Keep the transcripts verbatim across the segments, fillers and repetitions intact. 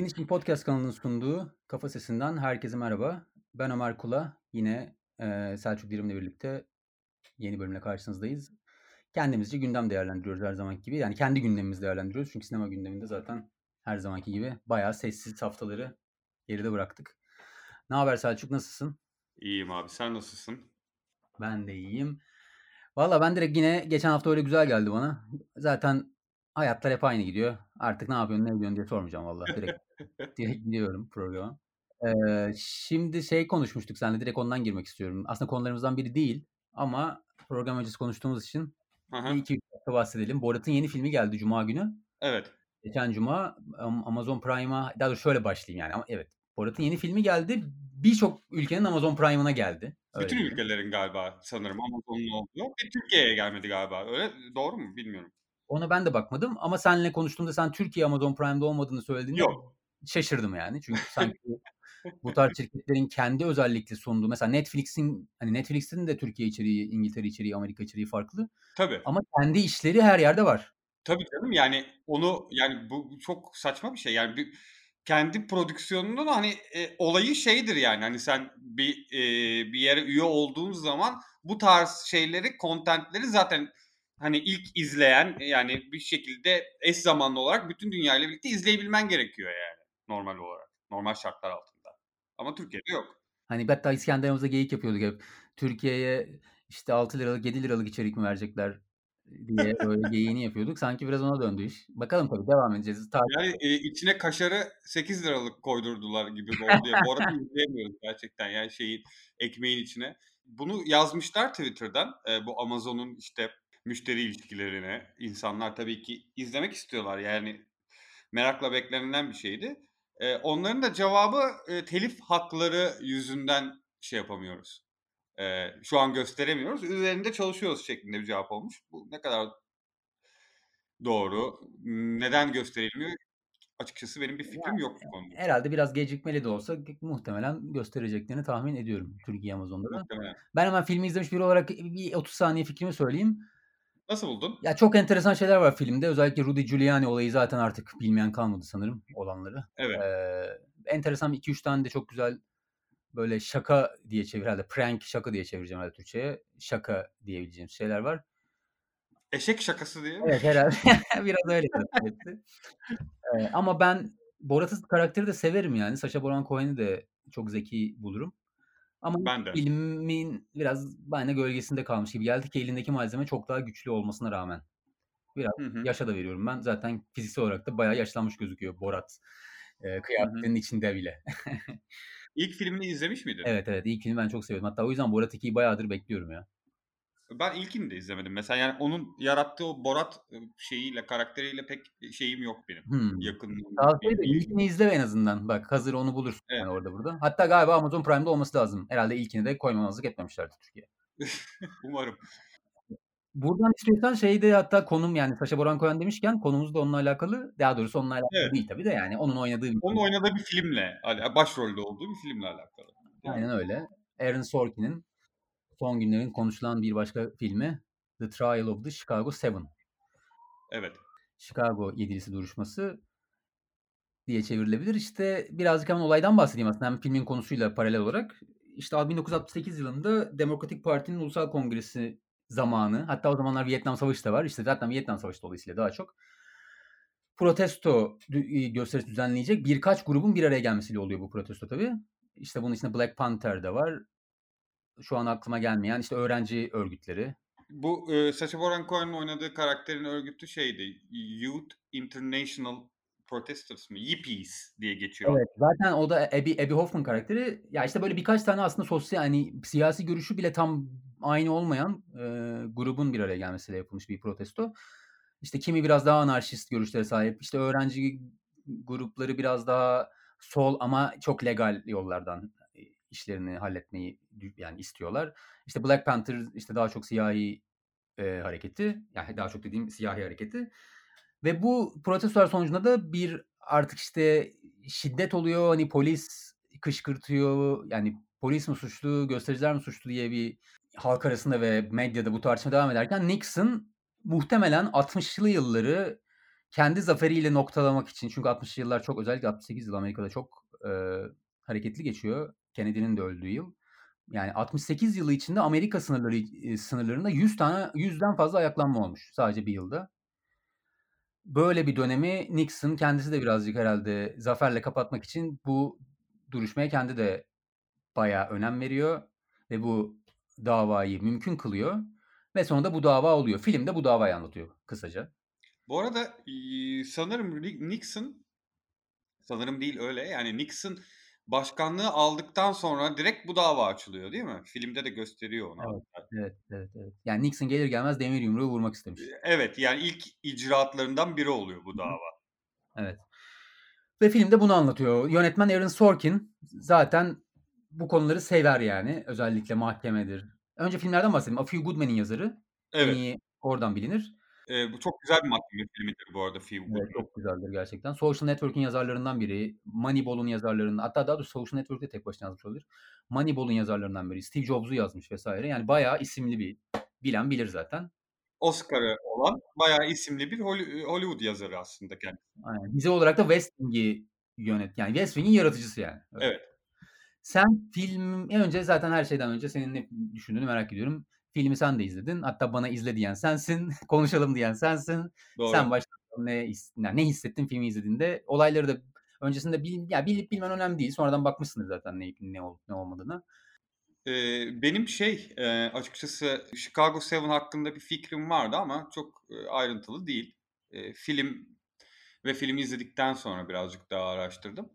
Finishing Podcast kanalının sunduğu Kafa Sesi'nden herkese merhaba. Ben Ömer Kula. Yine e, Selçuk Dirim'le birlikte yeni bölümle karşınızdayız. Kendimizce gündem değerlendiriyoruz her zamanki gibi. Yani kendi gündemimizi değerlendiriyoruz. Çünkü sinema gündeminde zaten her zamanki gibi bayağı sessiz haftaları geride bıraktık. Ne haber Selçuk, nasılsın? İyiyim abi. Sen nasılsın? Ben de iyiyim. Valla ben direkt yine geçen hafta öyle güzel geldi bana. Zaten hayatlar hep aynı gidiyor. Artık ne yapıyorsun, ne ediyorsun diye sormayacağım valla. Direkt, direkt gidiyorum programa. Ee, şimdi şey konuşmuştuk seninle, direkt ondan girmek istiyorum. Aslında konularımızdan biri değil ama program öncesi konuştuğumuz için Hı bir hı. iki dakika bahsedelim. Borat'ın yeni filmi geldi Cuma günü. Evet. Geçen Cuma Am- Amazon Prime'a, daha doğrusu şöyle başlayayım yani. Ama evet, Borat'ın yeni filmi geldi. Birçok ülkenin Amazon Prime'ına geldi. Öyle Bütün diyelim. ülkelerin galiba sanırım Amazon'un olduğu. Bir Türkiye'ye gelmedi galiba. Öyle doğru mu? Bilmiyorum. Ona ben de bakmadım ama seninle konuştuğumda sen Türkiye Amazon Prime'da olmadığını söylediğinde Yok. şaşırdım yani. Çünkü sanki bu tarz şirketlerin kendi özellikle sunduğu, mesela Netflix'in, hani Netflix'in de Türkiye içeriği, İngiltere içeriği, Amerika içeriği farklı. Tabii. Ama kendi işleri her yerde var. Tabii canım. Yani onu yani bu çok saçma bir şey. Yani bir kendi prodüksiyonunun hani e, olayı şeydir yani. Hani sen bir e, bir yere üye olduğun zaman bu tarz şeyleri, kontentleri zaten hani ilk izleyen yani bir şekilde eş zamanlı olarak bütün dünyayla birlikte izleyebilmen gerekiyor yani normal olarak. Normal şartlar altında. Ama Türkiye'de yok. Hani hatta İskenderun'da geyik yapıyorduk hep. Türkiye'ye işte altı liralık, yedi liralık içerik mi verecekler diye böyle geyiğini yapıyorduk. Sanki biraz ona döndü iş. Bakalım, tabii devam edeceğiz. Takip. Yani, eee, içine kaşarı sekiz liralık koydurdular gibi oldu ya. Bu arada izleyemiyoruz gerçekten, yani, şeyin, ekmeğin içine. Bunu yazmışlar Twitter'dan, eee, bu Amazon'un, işte, müşteri ilişkilerini. İnsanlar tabii ki izlemek istiyorlar, yani, merakla beklenilen bir şeydi. Eee, onların da cevabı, eee, telif hakları yüzünden şey yapamıyoruz, eee, şu an gösteremiyoruz, üzerinde çalışıyoruz şeklinde bir cevap olmuş. Bu ne kadar doğru, neden gösterilmiyor? Açıkçası benim bir Ya, fikrim yok bu konuda. herhalde biraz gecikmeli de olsa muhtemelen göstereceklerini tahmin ediyorum Türkiye Amazon'da da. Muhtemelen. Ben hemen filmi izlemiş biri olarak bir otuz saniye fikrimi söyleyeyim. Nasıl buldun? Ya çok enteresan şeyler var filmde. Özellikle Rudy Giuliani olayı zaten artık bilmeyen kalmadı sanırım olanları. Evet. Eee, enteresan iki üç tane de çok güzel böyle şaka diye çevir, herhâlde prank, şaka diye çevireceğim herhâlde Türkçe'ye. Şaka diyebileceğimiz şeyler var. Eşek şakası diye mi? Evet, herhâlde biraz öyle telaffuz etti. Eee, ama ben Borat'ın karakteri de severim yani. Sacha Baron Cohen'i de çok zeki bulurum. Ama Ben de. filmin biraz bende gölgesinde kalmış gibi geldi ki elindeki malzeme çok daha güçlü olmasına rağmen. Biraz Hı hı. yaşa da veriyorum ben. Zaten fiziksel olarak da bayağı yaşlanmış gözüküyor Borat, eee, Hı hı. kıyafetinin içinde bile. İlk filmini izlemiş miydin? Evet, evet, ilk filmi ben çok seviyordum. Hatta o yüzden Borat ikiyi bayağıdır bekliyorum ya. Ben ilkini de izlemedim. Mesela, yani, onun yarattığı o Borat, ııı, şeyiyle, karakteriyle pek şeyim yok benim. Hımm. Yakınlığım yok, Tavsiye bir ederim. ilgim İlkini yok. izle en azından. Bak, hazır onu bulursun Evet. yani orada burada. Hatta galiba Amazon Prime'da olması lazım. Herhâlde ilkini de koymamazlık etmemişlerdir Türkiye. Umarım. Buradan istiyorsan şeyde, hatta konum, yani Sacha Baron Cohen demişken konumuz da onunla alakalı. Daha doğrusu onunla alakalı Evet. değil tabii de, yani onun oynadığı bir Onun film. oynadığı bir filmle, hani, başrolde olduğu bir filmle alakalı, değil mi? Aynen öyle. Aaron Sorkin'in son günlerin konuşulan bir başka filmi The Trial of the Chicago Seven. Evet. Chicago Yedilisi Duruşması diye çevrilebilir. İşte birazcık hemen olaydan bahsedeyim aslında hem filmin konusuyla paralel olarak. İşte bin dokuz yüz altmış sekiz yılında Demokratik Parti'nin Ulusal Kongresi zamanı, hatta o zamanlar Vietnam Savaşı da var. İşte zaten Vietnam Savaşı dolayısıyla daha çok protesto dü gösterisi düzenleyecek birkaç grubun bir araya gelmesiyle oluyor bu protesto tabii. İşte bunun içinde Black Panther de var. Şu an aklıma gelmeyen, işte öğrenci örgütleri. Bu, eee, Sacha Baron Cohen'in oynadığı karakterin örgütü şeydi, Youth International Protesters mı? Yippies diye geçiyor. Evet, zaten o da Abby Abby Hoffman karakteri. Ya, işte, böyle birkaç tane aslında sosyal, hani, siyasi görüşü bile tam aynı olmayan, eee, grubun bir araya gelmesiyle yapılmış bir protesto. İşte, kimi biraz daha anarşist görüşlere sahip, işte, öğrenci grupları biraz daha sol ama çok legal yollardan, eee, işlerini halletmeyi dü yani istiyorlar. İşte, Black Panther, işte, daha çok siyahi, eee, hareketi, yani daha çok dediğim siyahi hareketi. Ve bu protestolar sonucunda da bir artık, işte, şiddet oluyor, hani, polis kışkırtıyor, yani, polis mi suçlu, göstericiler mi suçlu diye bir halk arasında ve medyada bu tartışma devam ederken Nixon muhtemelen altmışlı yılları kendi zaferiyle noktalamak için çünkü altmışlı yıllar çok özellikle altmış sekiz yıl Amerika'da çok, eee, hareketli geçiyor. Kennedy'nin de öldüğü yıl. Yani altmış sekiz yılı içinde Amerika sınırları eee, sınırlarında yüz tane yüzden fazla ayaklanma olmuş sadece bir yılda. Böyle bir dönemi Nixon kendisi de birazcık herhâlde zaferle kapatmak için bu duruşmaya kendi de bayağı önem veriyor ve bu davayı mümkün kılıyor ve sonunda bu dava oluyor. Film de bu davayı anlatıyor kısaca. Bu arada, iii, sanırım Ni Nixon sanırım değil, öyle. Yani Nixon başkanlığı aldıktan sonra direkt bu dava açılıyor, değil mi? Filmde de gösteriyor onu Evet, hatta. evet, evet, evet. Yani Nixon gelir gelmez demir yumruğu vurmak istemiş. Eee, evet, yani ilk icraatlarından biri oluyor bu Hı hı. dava. Evet. Ve film de bunu anlatıyor. Yönetmen Aaron Sorkin zaten bu konuları sever yani. Özellikle mahkemedir. Önce filmlerden bahsedeyim. A Few Good Men'in yazarı. En Evet. iyi oradan bilinir. Eee, bu çok güzel bir mahkeme filmidir bu arada Few Good Evet, Men. çok güzeldir gerçekten. Social Network'ün yazarlarından biri. Moneyball'un yazarlarından hatta daha doğrusu Social Network'ü de tek başına yazmış olabilir. Moneyball'un yazarlarından biri. Steve Jobs'u yazmış vesaire. Yani bayağı isimli bir bilen bilir zaten. Oscar'ı olan bayağı isimli bir Holly Hollywood yazarı aslında kendisi. Aynen. Dizi olarak da West Wing'i yönet yani West Wing'in yaratıcısı yani. Öyle. Evet. Sen film en önce zaten her şeyden önce senin ne düşündüğünü merak ediyorum. Filmi sen de izledin. Hatta bana izle diyen sensin. Konuşalım diyen sensin. Doğru. Sen başta ne his yani ne hissettin filmi izlediğinde? Olayları da öncesinde bil ya bilip bilmen önemli değil. Sonradan bakmışsındır zaten ne ne olup ne olmadığına. Eee, benim şey, eee, açıkçası Chicago seven hakkında bir fikrim vardı ama çok, eee, ayrıntılı değil. Eee, film ve filmi izledikten sonra birazcık daha araştırdım.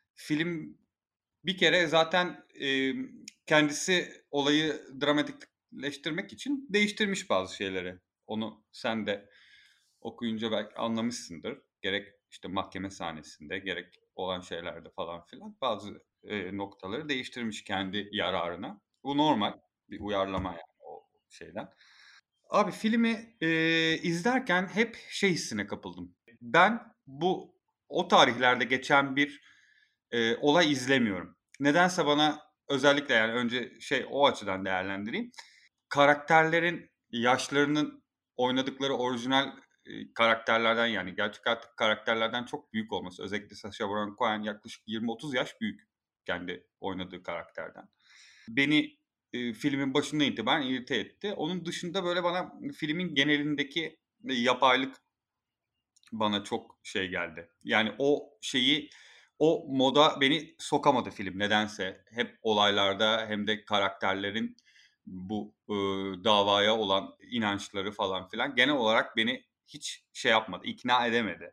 Film bir kere zaten, emm, kendisi olayı dramatikleştirmek için değiştirmiş bazı şeyleri. Onu sen de okuyunca belki anlamışsındır. Gerek, işte, mahkeme sahnesinde gerek olan şeylerde falan filan bazı, eee, noktaları değiştirmiş kendi yararına. Bu normal bir uyarlama yani o şeyden. Abi filmi, eee, izlerken hep şey hissine kapıldım. Ben bu o tarihlerde geçen bir, eee, olay izlemiyorum. Nedense bana özellikle yani önce şey o açıdan değerlendireyim. Karakterlerin yaşlarının oynadıkları orijinal, eee, karakterlerden yani gerçek hayattaki karakterlerden çok büyük olması. Özellikle Sacha Baron Cohen yaklaşık yirmi otuz yaş büyük kendi oynadığı karakterden. Beni, eee, filmin başından itibaren irite etti. Onun dışında böyle bana filmin genelindeki yapaylık bana çok şey geldi. Yani o şeyi, o moda beni sokamadı film nedense. Hep olaylarda hem de karakterlerin bu, ııı, davaya olan inançları falan filan genel olarak beni hiç şey yapmadı, ikna edemedi.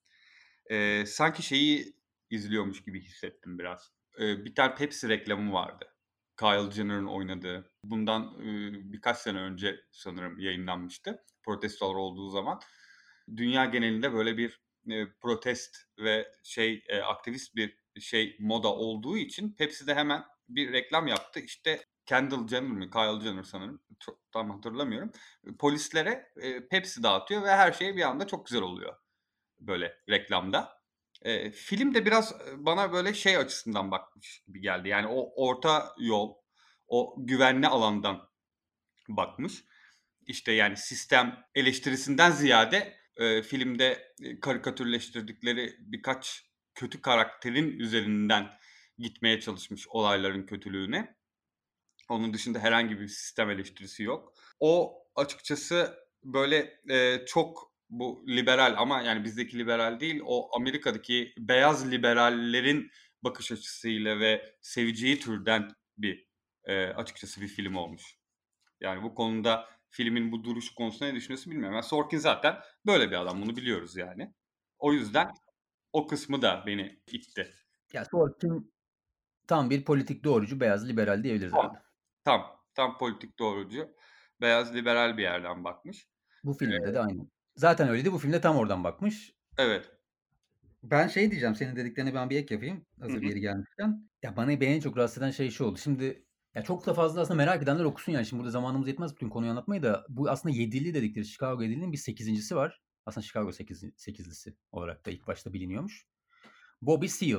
Eee, sanki şeyi izliyormuş gibi hissettim biraz. Eee, bir tane Pepsi reklamı vardı. Kylie Jenner'ın oynadığı. Bundan, ııı, birkaç sene önce sanırım yayınlanmıştı protestolar olduğu zaman. Dünya genelinde böyle bir, eee, protest ve şey, eee, aktivist bir şey moda olduğu için Pepsi de hemen bir reklam yaptı. İşte Kendall Jenner mi, Kylie Jenner sanırım, çok tam hatırlamıyorum. Polislere, eee, Pepsi dağıtıyor ve her şey bir anda çok güzel oluyor böyle reklamda. Eee, film de biraz, eee, bana böyle şey açısından bakmış gibi geldi. Yani o orta yol, o güvenli alandan bakmış. İşte, yani sistem eleştirisinden ziyade, eee, filmde, eee, karikatürleştirdikleri birkaç kötü karakterin üzerinden gitmeye çalışmış olayların kötülüğüne. Onun dışında herhangi bir sistem eleştirisi yok. O açıkçası böyle, eee, çok bu liberal ama yani bizdeki liberal değil, o Amerika'daki beyaz liberallerin bakış açısıyla ve seveceği türden bir, eee, açıkçası bir film olmuş. Yani bu konuda filmin bu duruşu konusunda ne düşünüyorsun bilmiyorum. Yani Sorkin zaten böyle bir adam, bunu biliyoruz yani. O yüzden o kısmı da beni itti. Ya Sorkin tam bir politik doğrucu, beyaz liberal diyebiliriz Tam, herhâlde. tam, tam politik doğrucu, beyaz liberal bir yerden bakmış. Bu filmde de Eee aynı. Zaten öyleydi. Bu filmde tam oradan bakmış. Evet. Ben şey diyeceğim, senin dediklerine ben bir ek yapayım, Hı hazır hı. yeri gelmişken. Ya, bana beni en çok rahatsız eden şey şu oldu. Şimdi, ya, çok da fazla aslında merak edenler okusun yani. Şimdi burada zamanımız yetmez bütün konuyu anlatmaya da bu aslında yedili dedikleri Chicago yedilinin bir sekizincisi var. Aslında Chicago sekizi sekizlisi olarak da ilk başta biliniyormuş. Bobby Seale.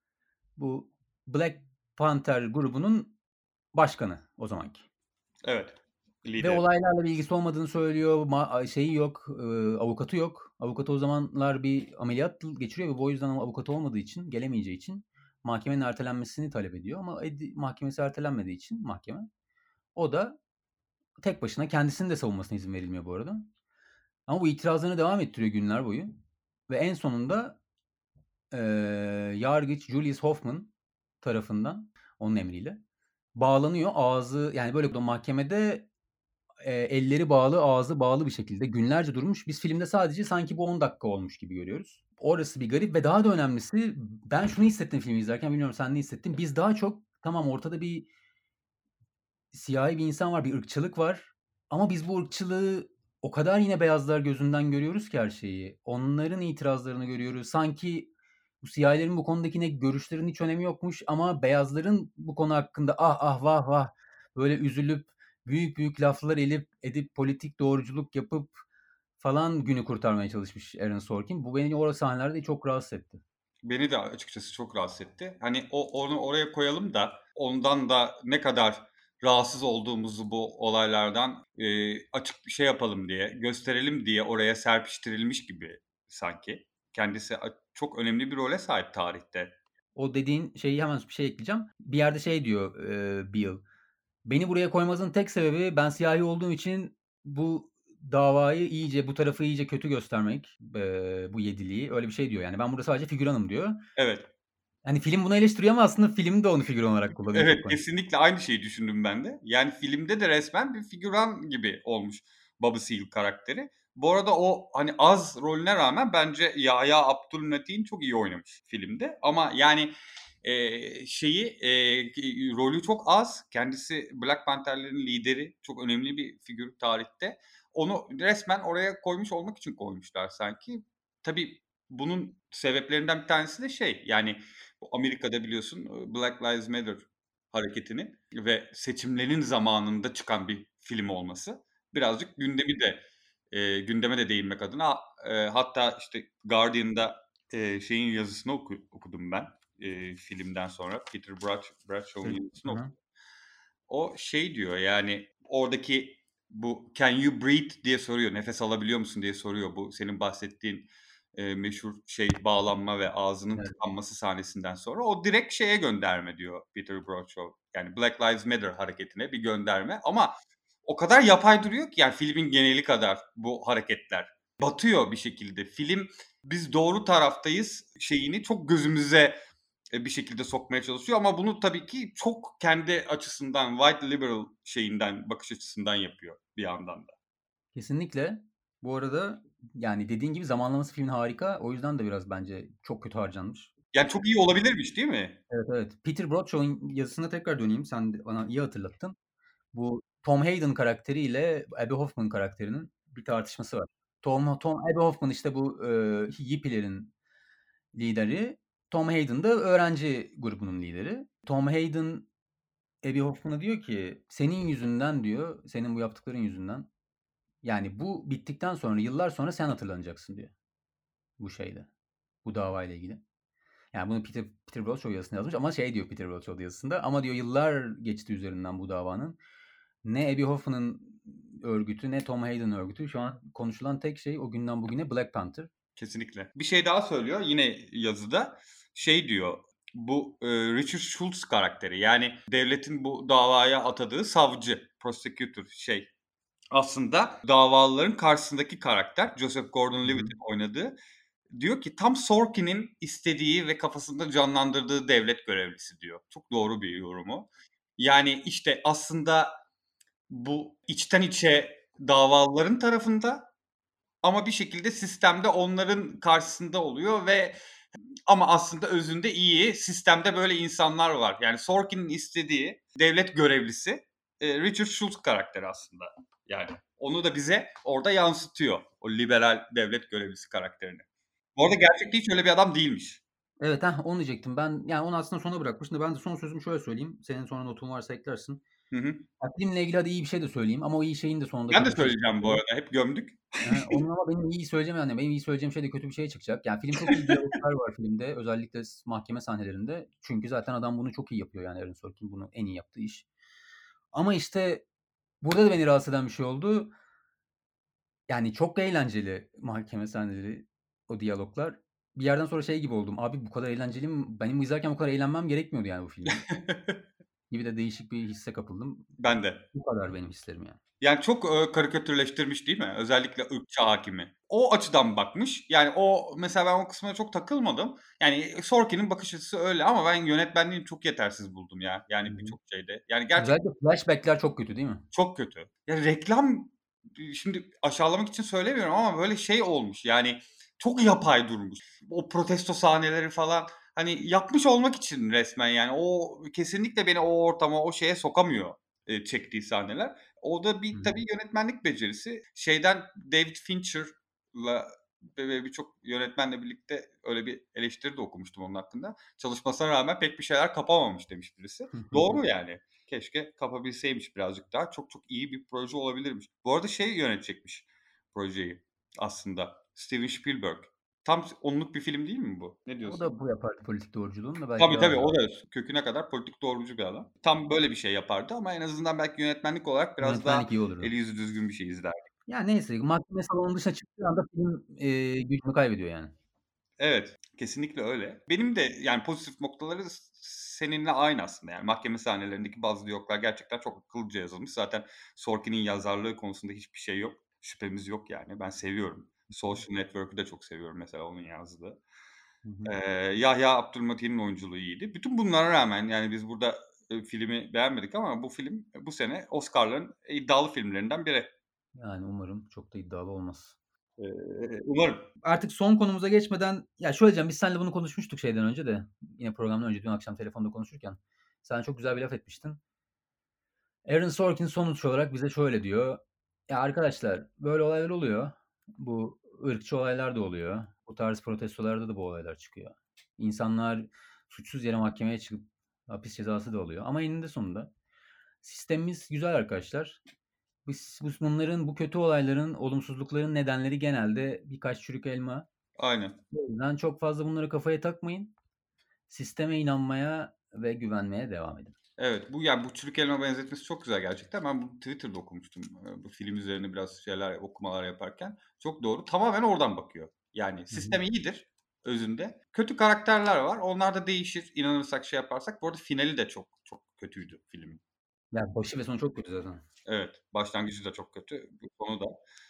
Bu Black Panther grubunun başkanı o zamanki. Evet, Ve lideri. olaylarla bir ilgisi olmadığını söylüyor. Ma şeyi yok, ııı, avukatı yok. Avukatı o zamanlar bir ameliyat geçiriyor ve bu yüzden avukatı olmadığı için, gelemeyeceği için mahkemenin ertelenmesini talep ediyor ama edi mahkemesi ertelenmediği için mahkeme, o da tek başına kendisinin de savunmasına izin verilmiyor bu arada. Ama bu itirazlarını devam ettiriyor günler boyu ve en sonunda, eee, yargıç Julius Hoffman tarafından, onun emriyle bağlanıyor. Ağzı, yani, böyle mahkemede, eee, elleri bağlı, ağzı bağlı bir şekilde günlerce durmuş. Biz filmde sadece sanki bu on dakika olmuş gibi görüyoruz. Orası bir garip ve daha da önemlisi, ben şunu hissettim filmi izlerken, bilmiyorum sen ne hissettin? Biz daha çok, tamam, ortada bir siyahi bir insan var, bir ırkçılık var ama biz bu ırkçılığı o kadar yine beyazlar gözünden görüyoruz ki her şeyi. Onların itirazlarını görüyoruz. Sanki bu siyahilerin bu konudaki ne görüşlerinin hiç önemi yokmuş ama beyazların bu konu hakkında ah ah vah vah böyle üzülüp büyük büyük laflar elip edip politik doğruculuk yapıp falan günü kurtarmaya çalışmış Aaron Sorkin. Bu beni o sahnelerde çok rahatsız etti. Beni de açıkçası çok rahatsız etti. Hani o onu oraya koyalım da ondan da ne kadar rahatsız olduğumuzu bu olaylardan, eee, açık bir şey yapalım diye, gösterelim diye oraya serpiştirilmiş gibi sanki. Kendisi a çok önemli bir role sahip tarihte. O dediğin şeyi hemen bir şey ekleyeceğim. Bir yerde şey diyor, eee, Bill, "Beni buraya koymanızın tek sebebi ben siyahi olduğum için bu davayı iyice, bu tarafı iyice kötü göstermek, eee, bu yediliği." Öyle bir şey diyor yani. "Ben burada sadece figüranım." diyor. Evet. Hani film bunu eleştiriyor ama aslında film de onu figüran olarak kullanıyor. Evet, Çok komik. kesinlikle aynı şeyi düşündüm ben de. Yani filmde de resmen bir figüran gibi olmuş Bobby Seale karakteri. Bu arada o, hani, az rolüne rağmen bence Yahya Abdul-Mateen çok iyi oynamış filmde ama yani, eee, şeyi, eee, ki rolü çok az. Kendisi Black Panther'lerin lideri. Çok önemli bir figür tarihte. Onu resmen oraya koymuş olmak için koymuşlar sanki. Tabii bunun sebeplerinden bir tanesi de şey, yani, bu Amerika'da biliyorsun, ııı, Black Lives Matter hareketinin ve seçimlerin zamanında çıkan bir film olması birazcık gündemi de, eee, gündeme de değinmek adına, eee, hatta, işte, Guardian'da, eee, şeyin yazısını oku okudum ben, eee, filmden sonra. Peter Brach Bradshaw'un yazısını Hı hı. okudum. O şey diyor, yani, oradaki bu "Can you breathe?" diye soruyor, "Nefes alabiliyor musun?" diye soruyor. Bu senin bahsettiğin, eee, meşhur şey, bağlanma ve ağzının Evet. tıkanması sahnesinden sonra o direkt şeye gönderme diyor Peter Bradshaw. Yani Black Lives Matter hareketine bir gönderme ama o kadar yapay duruyor ki yani filmin geneli kadar bu hareketler. Batıyor bir şekilde. Film biz doğru taraftayız şeyini çok gözümüze, eee, bir şekilde sokmaya çalışıyor ama bunu tabii ki çok kendi açısından, white liberal şeyinden, bakış açısından yapıyor bir yandan da. Kesinlikle. Bu arada, yani, dediğin gibi zamanlaması filmin harika. O yüzden de biraz bence çok kötü harcanmış. Yani çok iyi olabilirmiş, değil mi? Evet, evet. Peter Bradshaw yazısına tekrar döneyim. Sen de bana iyi hatırlattın. Bu Tom Hayden karakteriyle Abby Hoffman karakterinin bir tartışması var. Tom Tom Abby Hoffman, işte, bu, eee, Hippie'lerin lideri. Tom Hayden da öğrenci grubunun lideri. Tom Hayden, Abby Hoffman'a diyor ki, "Senin yüzünden" diyor, "senin bu yaptıkların yüzünden, yani, bu bittikten sonra, yıllar sonra sen hatırlanacaksın." diyor bu şeyde, bu davayla ilgili. Yani bunu Peter Peter Bradshaw yazısında yazmış ama şey diyor Peter Bradshaw yazısında, "Ama" diyor, "yıllar geçti üzerinden bu davanın. Ne Abby Hoffman'ın örgütü ne Tom Hayden örgütü şu an konuşulan tek şey o günden bugüne Black Panther." Kesinlikle. Bir şey daha söylüyor yine yazıda. Şey diyor, bu, eee, Richard Schultz karakteri, yani devletin bu davaya atadığı savcı, prosecutor şey, aslında davalıların karşısındaki karakter, Joseph Hı hı. Gordon-Levitt'in oynadığı. Diyor ki tam Sorkin'in istediği ve kafasında canlandırdığı devlet görevlisi diyor. Çok doğru bir yorumu. Yani, işte, aslında bu içten içe davalıların tarafında ama bir şekilde sistemde onların karşısında oluyor ve ama aslında özünde iyi, sistemde böyle insanlar var. Yani Sorkin'in istediği devlet görevlisi, eee, Richard Schultz karakteri aslında. Yani onu da bize orada yansıtıyor, o liberal devlet görevlisi karakterini. Bu arada gerçekte hiç öyle bir adam değilmiş. Evet, heh, onu diyecektim. Ben, yani, onu aslında sona bırakmıştım da ben de son sözümü şöyle söyleyeyim. Senin sonra notun varsa eklersin. Hı hı. Ya, filmle ilgili hadi iyi bir şey de söyleyeyim ama o iyi şeyin de sonunda Ben de kötü bir şey söyleyeceğim bu çıkıyor. arada, hep gömdük. Hı hı. Onun ama benim iyi söyleyeceğim, yani, benim iyi söyleyeceğim şey de kötü bir şey çıkacak. Yani, film çok iyi diyaloglar var filmde. Özellikle s mahkeme sahnelerinde. Çünkü zaten adam bunu çok iyi yapıyor, yani, Aaron Sorkin. Bunu en iyi yaptığı iş. Ama, işte, burada da beni rahatsız eden bir şey oldu. Yani çok eğlenceli mahkeme sahneleri, o diyaloglar. Bir yerden sonra şey gibi oldum, "Abi bu kadar eğlenceli mi? Benim izlerken bu kadar eğlenmem gerekmiyordu yani bu filmi." gibi de değişik bir hisse kapıldım. Ben de. Bu kadar benim hislerim yani. Yani çok, eee, karikatürleştirmiş değil mi? Özellikle ırkçı hâkimi. O açıdan bakmış. Yani o mesela ben o kısmına çok takılmadım. Yani Sorkin'in bakış açısı öyle ama ben yönetmenliğini çok yetersiz buldum ya, Hı yani hı. birçok şeyde. Yani gerçekten Özellikle flashback'ler çok kötü değil mi? çok kötü. Ya reklam, eee, şimdi aşağılamak için söylemiyorum ama böyle şey olmuş, yani çok yapay durmuş. O protesto sahneleri falan, hani yapmış olmak için resmen yani o kesinlikle beni o ortama, o şeye sokamıyor, eee, çektiği sahneler. O da Hı bir hı. tabii yönetmenlik becerisi. Şeyden David Fincher'la ve birçok yönetmenle birlikte öyle bir eleştiri de okumuştum onun hakkında. Çalışmasına rağmen pek bir şeyler kapamamış demiş birisi. Doğru yani. Keşke kapabilseymiş birazcık daha. Çok çok iyi bir proje olabilirmiş. Bu arada şey yönetecekmiş projeyi aslında, Steven Spielberg. Tam s onluk bir film değil mi bu? Ne O diyorsun? da bu yapardı politik doğruculuğunu da belki Tabii, daha tabii, o güzel. da köküne kadar politik doğrucu bir adam. Tam böyle bir şey yapardı ama en azından belki yönetmenlik olarak biraz daha Yönetmenlik iyi eli olurdu. yüzü düzgün bir şey izlerdik. Ya neyse, mahkeme salonunun dışına çıktığı anda film, eee, gücünü kaybediyor yani. Evet, kesinlikle öyle. Benim de yani pozitif noktaları s seninle aynı aslında. Yani mahkeme sahnelerindeki bazı diyaloglar gerçekten çok akıllıca yazılmış. Zaten Sorkin'in yazarlığı konusunda hiçbir şey yok. Şüphemiz yok yani. Ben seviyorum. Social Network'ü de çok seviyorum mesela onun yazdığı. Hı hı. Eee, Yahya Abdülmatin'in oyunculuğu iyiydi. Bütün bunlara rağmen yani biz burada, eee, filmi beğenmedik ama bu film bu sene Oscar'ların iddialı filmlerinden biri. Yani umarım çok da iddialı olmaz. Eee, umarım. Artık son konumuza geçmeden ya şöyle diyeceğim, biz seninle bunu konuşmuştuk şeyden önce de, yine programdan önce dün akşam telefonda konuşurken. Sen çok güzel bir laf etmiştin. Aaron Sorkin sonuç olarak bize şöyle diyor: "Ya arkadaşlar böyle olaylar oluyor. Bu ırkçı olaylar da oluyor. Bu tarz protestolarda da bu olaylar çıkıyor. İnsanlar suçsuz yere mahkemeye çıkıp hapis cezası da alıyor ama eninde sonunda sistemimiz güzel arkadaşlar. Biz bus bunların, bu kötü olayların, olumsuzlukların nedenleri genelde birkaç çürük elma. Aynen. O yüzden çok fazla bunları kafaya takmayın. Sisteme inanmaya ve güvenmeye devam edin." Evet, bu yani bu çürük elma benzetmesi çok güzel gerçekten. Ben bunu Twitter'da okumuştum, eee, bu film üzerine biraz şeyler, okumalar yaparken. Çok doğru. Tamamen oradan bakıyor. Yani Hı hı. sistem iyidir özünde. Kötü karakterler var. Onlar da değişir, inanırsak, şey yaparsak. Bu arada finali de çok çok kötüydü filmin. Ya başı ve sonu çok kötü zaten. Evet, başlangıcı da çok kötü, bu sonu da.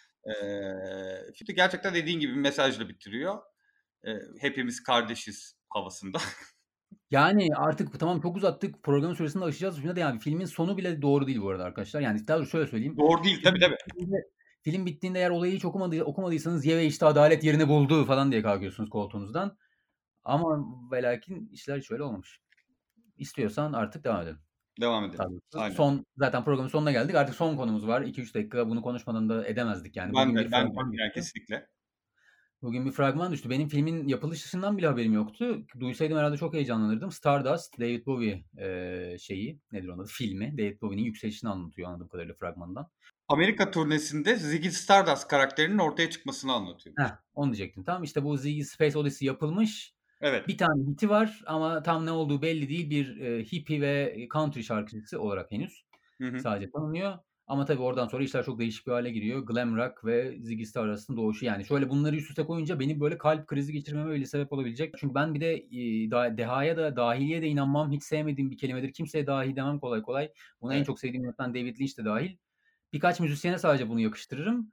Eee, filmi gerçekten dediğin gibi bir mesajla bitiriyor. Eee, hepimiz kardeşiz havasında. Yani artık tamam çok uzattık. Programın süresini de aşacağız. Şuna da yani filmin sonu bile doğru değil bu arada arkadaşlar. Yani daha doğrusu şöyle söyleyeyim. Doğru değil. Tabii, Film tabii. bittiğinde film bittiğinde eğer olayı hiç okumadı okumadıysanız "Ye ve işte adalet yerini buldu." falan diye kalkıyorsunuz koltuğunuzdan. Ama ve lakin işler hiç öyle olmamış. İstiyorsan artık devam edelim. Devam Daha edelim. doğrusu Aynen. son zaten programın sonuna geldik. Artık son konumuz var. iki üç dakika bunu konuşmadan da edemezdik yani. Ben Bugün bir de, ben de. fragman Yani düştü. kesinlikle. Bugün bir fragman düştü. Benim filmin yapılışından bile haberim yoktu. Duysaydım herhâlde çok heyecanlanırdım. Stardust, David Bowie, eee, şeyi, nedir onun adı, filmi. David Bowie'nin yükselişini anlatıyor anladığım kadarıyla fragmandan. Amerika turnesinde Ziggy Stardust karakterinin ortaya çıkmasını anlatıyormuş. Heh, onu diyecektim. Tam işte bu Ziggy Space Odyssey yapılmış. Evet. Bir tane hit'i var ama tam ne olduğu belli değil. Bir, eee, hippie ve country şarkıcısı olarak henüz Hı hı. sadece tanınıyor. Ama tabii oradan sonra işler çok değişik bir hâle giriyor. Glam rock ve Ziggy Stardust'ın doğuşu. Yani şöyle bunları üst üste koyunca benim böyle kalp krizi geçirmeme bile sebep olabilecek. Çünkü ben bir de, iii, da dehaya da dahiliye de inanmam. Hiç sevmediğim bir kelimedir. Kimseye dahi demem kolay kolay. Buna en Evet, çok sevdiğim yönetmen David Lynch de dâhil. Birkaç müzisyene sadece bunu yakıştırırım.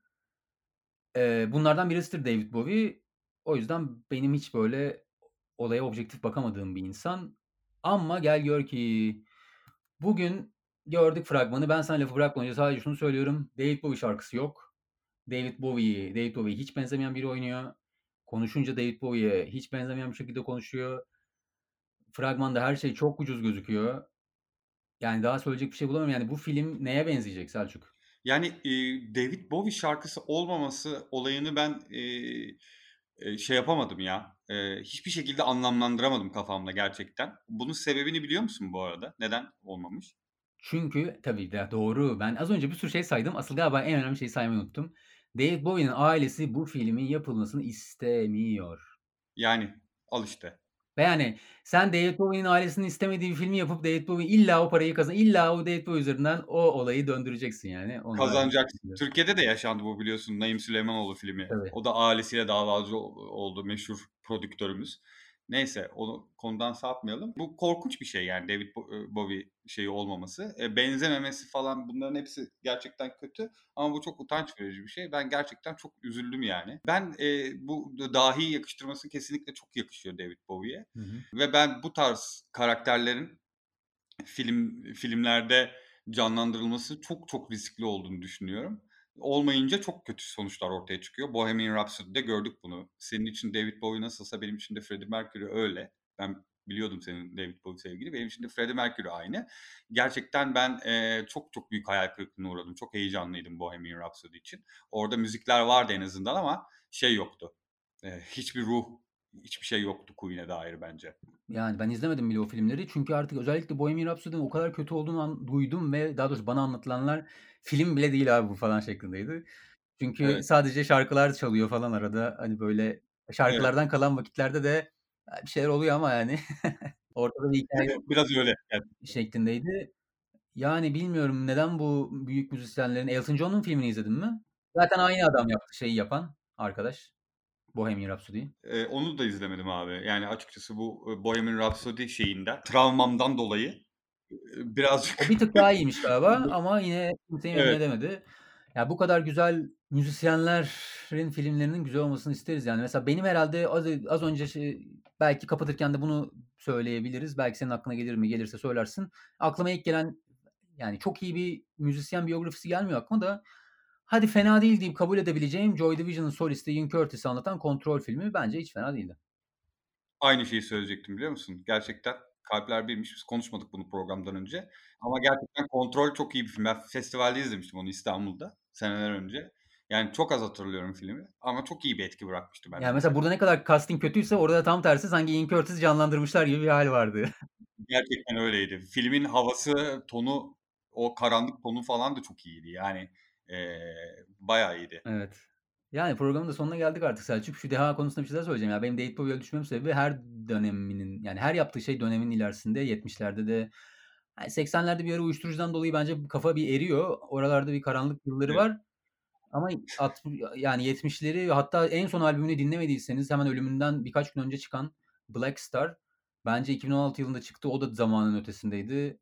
Eee, bunlardan birisidir David Bowie. O yüzden benim hiç böyle olaya objektif bakamadığım bir insan. Ama gel gör ki bugün gördük fragmanı. Ben sana lafı bırakmadan önce sadece şunu söylüyorum. David Bowie şarkısı yok. David Bowie, David Bowie'ye hiç benzemeyen biri oynuyor. Konuşunca David Bowie'ye hiç benzemeyen bir şekilde konuşuyor. Fragmanda her şey çok ucuz gözüküyor. Yani daha söyleyecek bir şey bulamıyorum. Yani bu film neye benzeyecek Selçuk? yani, eee, David Bowie şarkısı olmaması olayını ben, eee, eee, şey yapamadım ya, eee, hiçbir şekilde anlamlandıramadım kafamda gerçekten. Bunun sebebini biliyor musun bu arada? Neden olmamış? Çünkü tabii de doğru. Ben az önce bir sürü şey saydım. Asıl galiba en önemli şeyi saymayı unuttum. David Bowie'nin ailesi bu filmin yapılmasını istemiyor. Yani, al işte. Ve yani sen David Bowie'nin ailesinin istemediği bir filmi yapıp David Bowie illa o parayı kazan illa o David Bowie üzerinden o olayı döndüreceksin yani. Onu da Kazanacaksın. Türkiye'de de yaşandı bu biliyorsun Naim Süleymanoğlu filmi. Tabii. O da ailesiyle davacı o oldu meşhur prodüktörümüz. Neyse, onu konudan sapmayalım. Bu korkunç bir şey yani David Bo eee, Bowie şeyi olmaması. Eee, benzememesi falan bunların hepsi gerçekten kötü ama bu çok utanç verici bir şey. Ben gerçekten çok üzüldüm yani. Ben, eee, bu d dahi yakıştırması kesinlikle çok yakışıyor David Bowie'ye Hı hı. ve ben bu tarz karakterlerin film filmlerde canlandırılması çok çok riskli olduğunu düşünüyorum. Olmayınca çok kötü sonuçlar ortaya çıkıyor. Bohemian Rhapsody'de gördük bunu. Senin için David Bowie nasılsa benim için de Freddie Mercury öyle. Ben biliyordum senin David Bowie sevgini. Benim için de Freddie Mercury aynı. Gerçekten ben, eee, çok çok büyük hayal kırıklığına uğradım. Çok heyecanlıydım Bohemian Rhapsody için. Orada müzikler vardı en azından ama şey yoktu, eee, hiçbir ruh, hiçbir şey yoktu Queen'e dair bence. Yani ben izlemedim bile o filmleri. Çünkü artık özellikle Bohemian Rhapsody'nin o kadar kötü olduğunu an duydum ve daha doğrusu bana anlatılanlar film bile değil abi bu falan şeklindeydi. Çünkü Evet, sadece şarkılar çalıyor falan arada. Hani böyle evet. şarkılardan kalan vakitlerde de bir şeyler oluyor ama yani ortada bir hikâye yok Biraz öyle gerçekten. şeklindeydi. Yani bilmiyorum neden bu büyük müzisyenlerin Elton John'un filmini izledin mi? Zaten aynı adam yaptı şeyi yapan arkadaş Bohemian Rhapsody'yi. Eee, onu da izlemedim abi. Yani açıkçası bu, eee, Bohemian Rhapsody şeyinden, travmamdan dolayı, eee, O birazcık bir tık daha iyiymiş galiba ama yine kimseyi memnun Evet. edemedi. Ya, bu kadar güzel müzisyenlerin filmlerinin güzel olmasını isteriz yani. Mesela benim herhâlde az e az önce şey belki kapatırken de bunu söyleyebiliriz. Belki senin aklına gelir mi? Gelirse söylersin. Aklıma ilk gelen, yani çok iyi bir müzisyen biyografisi gelmiyor aklıma da hadi fena değil deyip kabul edebileceğim Joy Division'ın solisti Ian Curtis'i anlatan Kontrol filmi bence hiç fena değildi. Aynı şeyi söyleyecektim biliyor musun? Gerçekten kalpler birmiş. Biz konuşmadık bunu programdan önce ama gerçekten Kontrol çok iyi bir film. Ben festivalde izlemiştim onu İstanbul'da seneler önce. Yani çok az hatırlıyorum filmi ama çok iyi bir etki bırakmıştı bende Yani, mesela mesela. burada ne kadar casting kötüyse orada da tam tersi sanki Ian Curtis'i canlandırmışlar gibi bir hâl vardı. Gerçekten öyleydi. Filmin havası, tonu, o karanlık tonu falan da çok iyiydi. Yani, eee, bayağı iyiydi. Evet. Yani programın da sonuna geldik artık Selçuk. Şu deha konusunda bir şeyler söyleyeceğim. Ya benim David Bowie'ye düşmemin sebebi her döneminin yani her yaptığı şey dönemin ilerisinde yetmişlerde de hani seksenlerde bir ara uyuşturucudan dolayı bence kafa bir eriyor. Oralarda bir karanlık yılları Evet. var. Ama alt yani yetmişleri hatta en son albümünü dinlemediyseniz hemen ölümünden birkaç gün önce çıkan Black Star bence iki bin on altı yılında çıktı. O da zamanın ötesindeydi.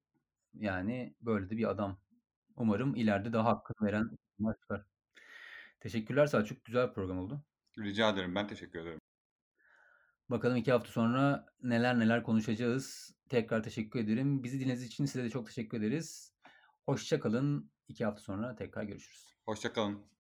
Yani böyle de bir adam. Umarım ileride daha hakkını veren filmler çıkar. Teşekkürler Selçuk. Güzel bir program oldu. Rica ederim. Ben teşekkür ederim. Bakalım iki hafta sonra neler neler konuşacağız. Tekrar teşekkür ederim. Bizi dinlediğiniz için size de çok teşekkür ederiz. Hoşça kalın. iki hafta sonra tekrar görüşürüz. Hoşça kalın.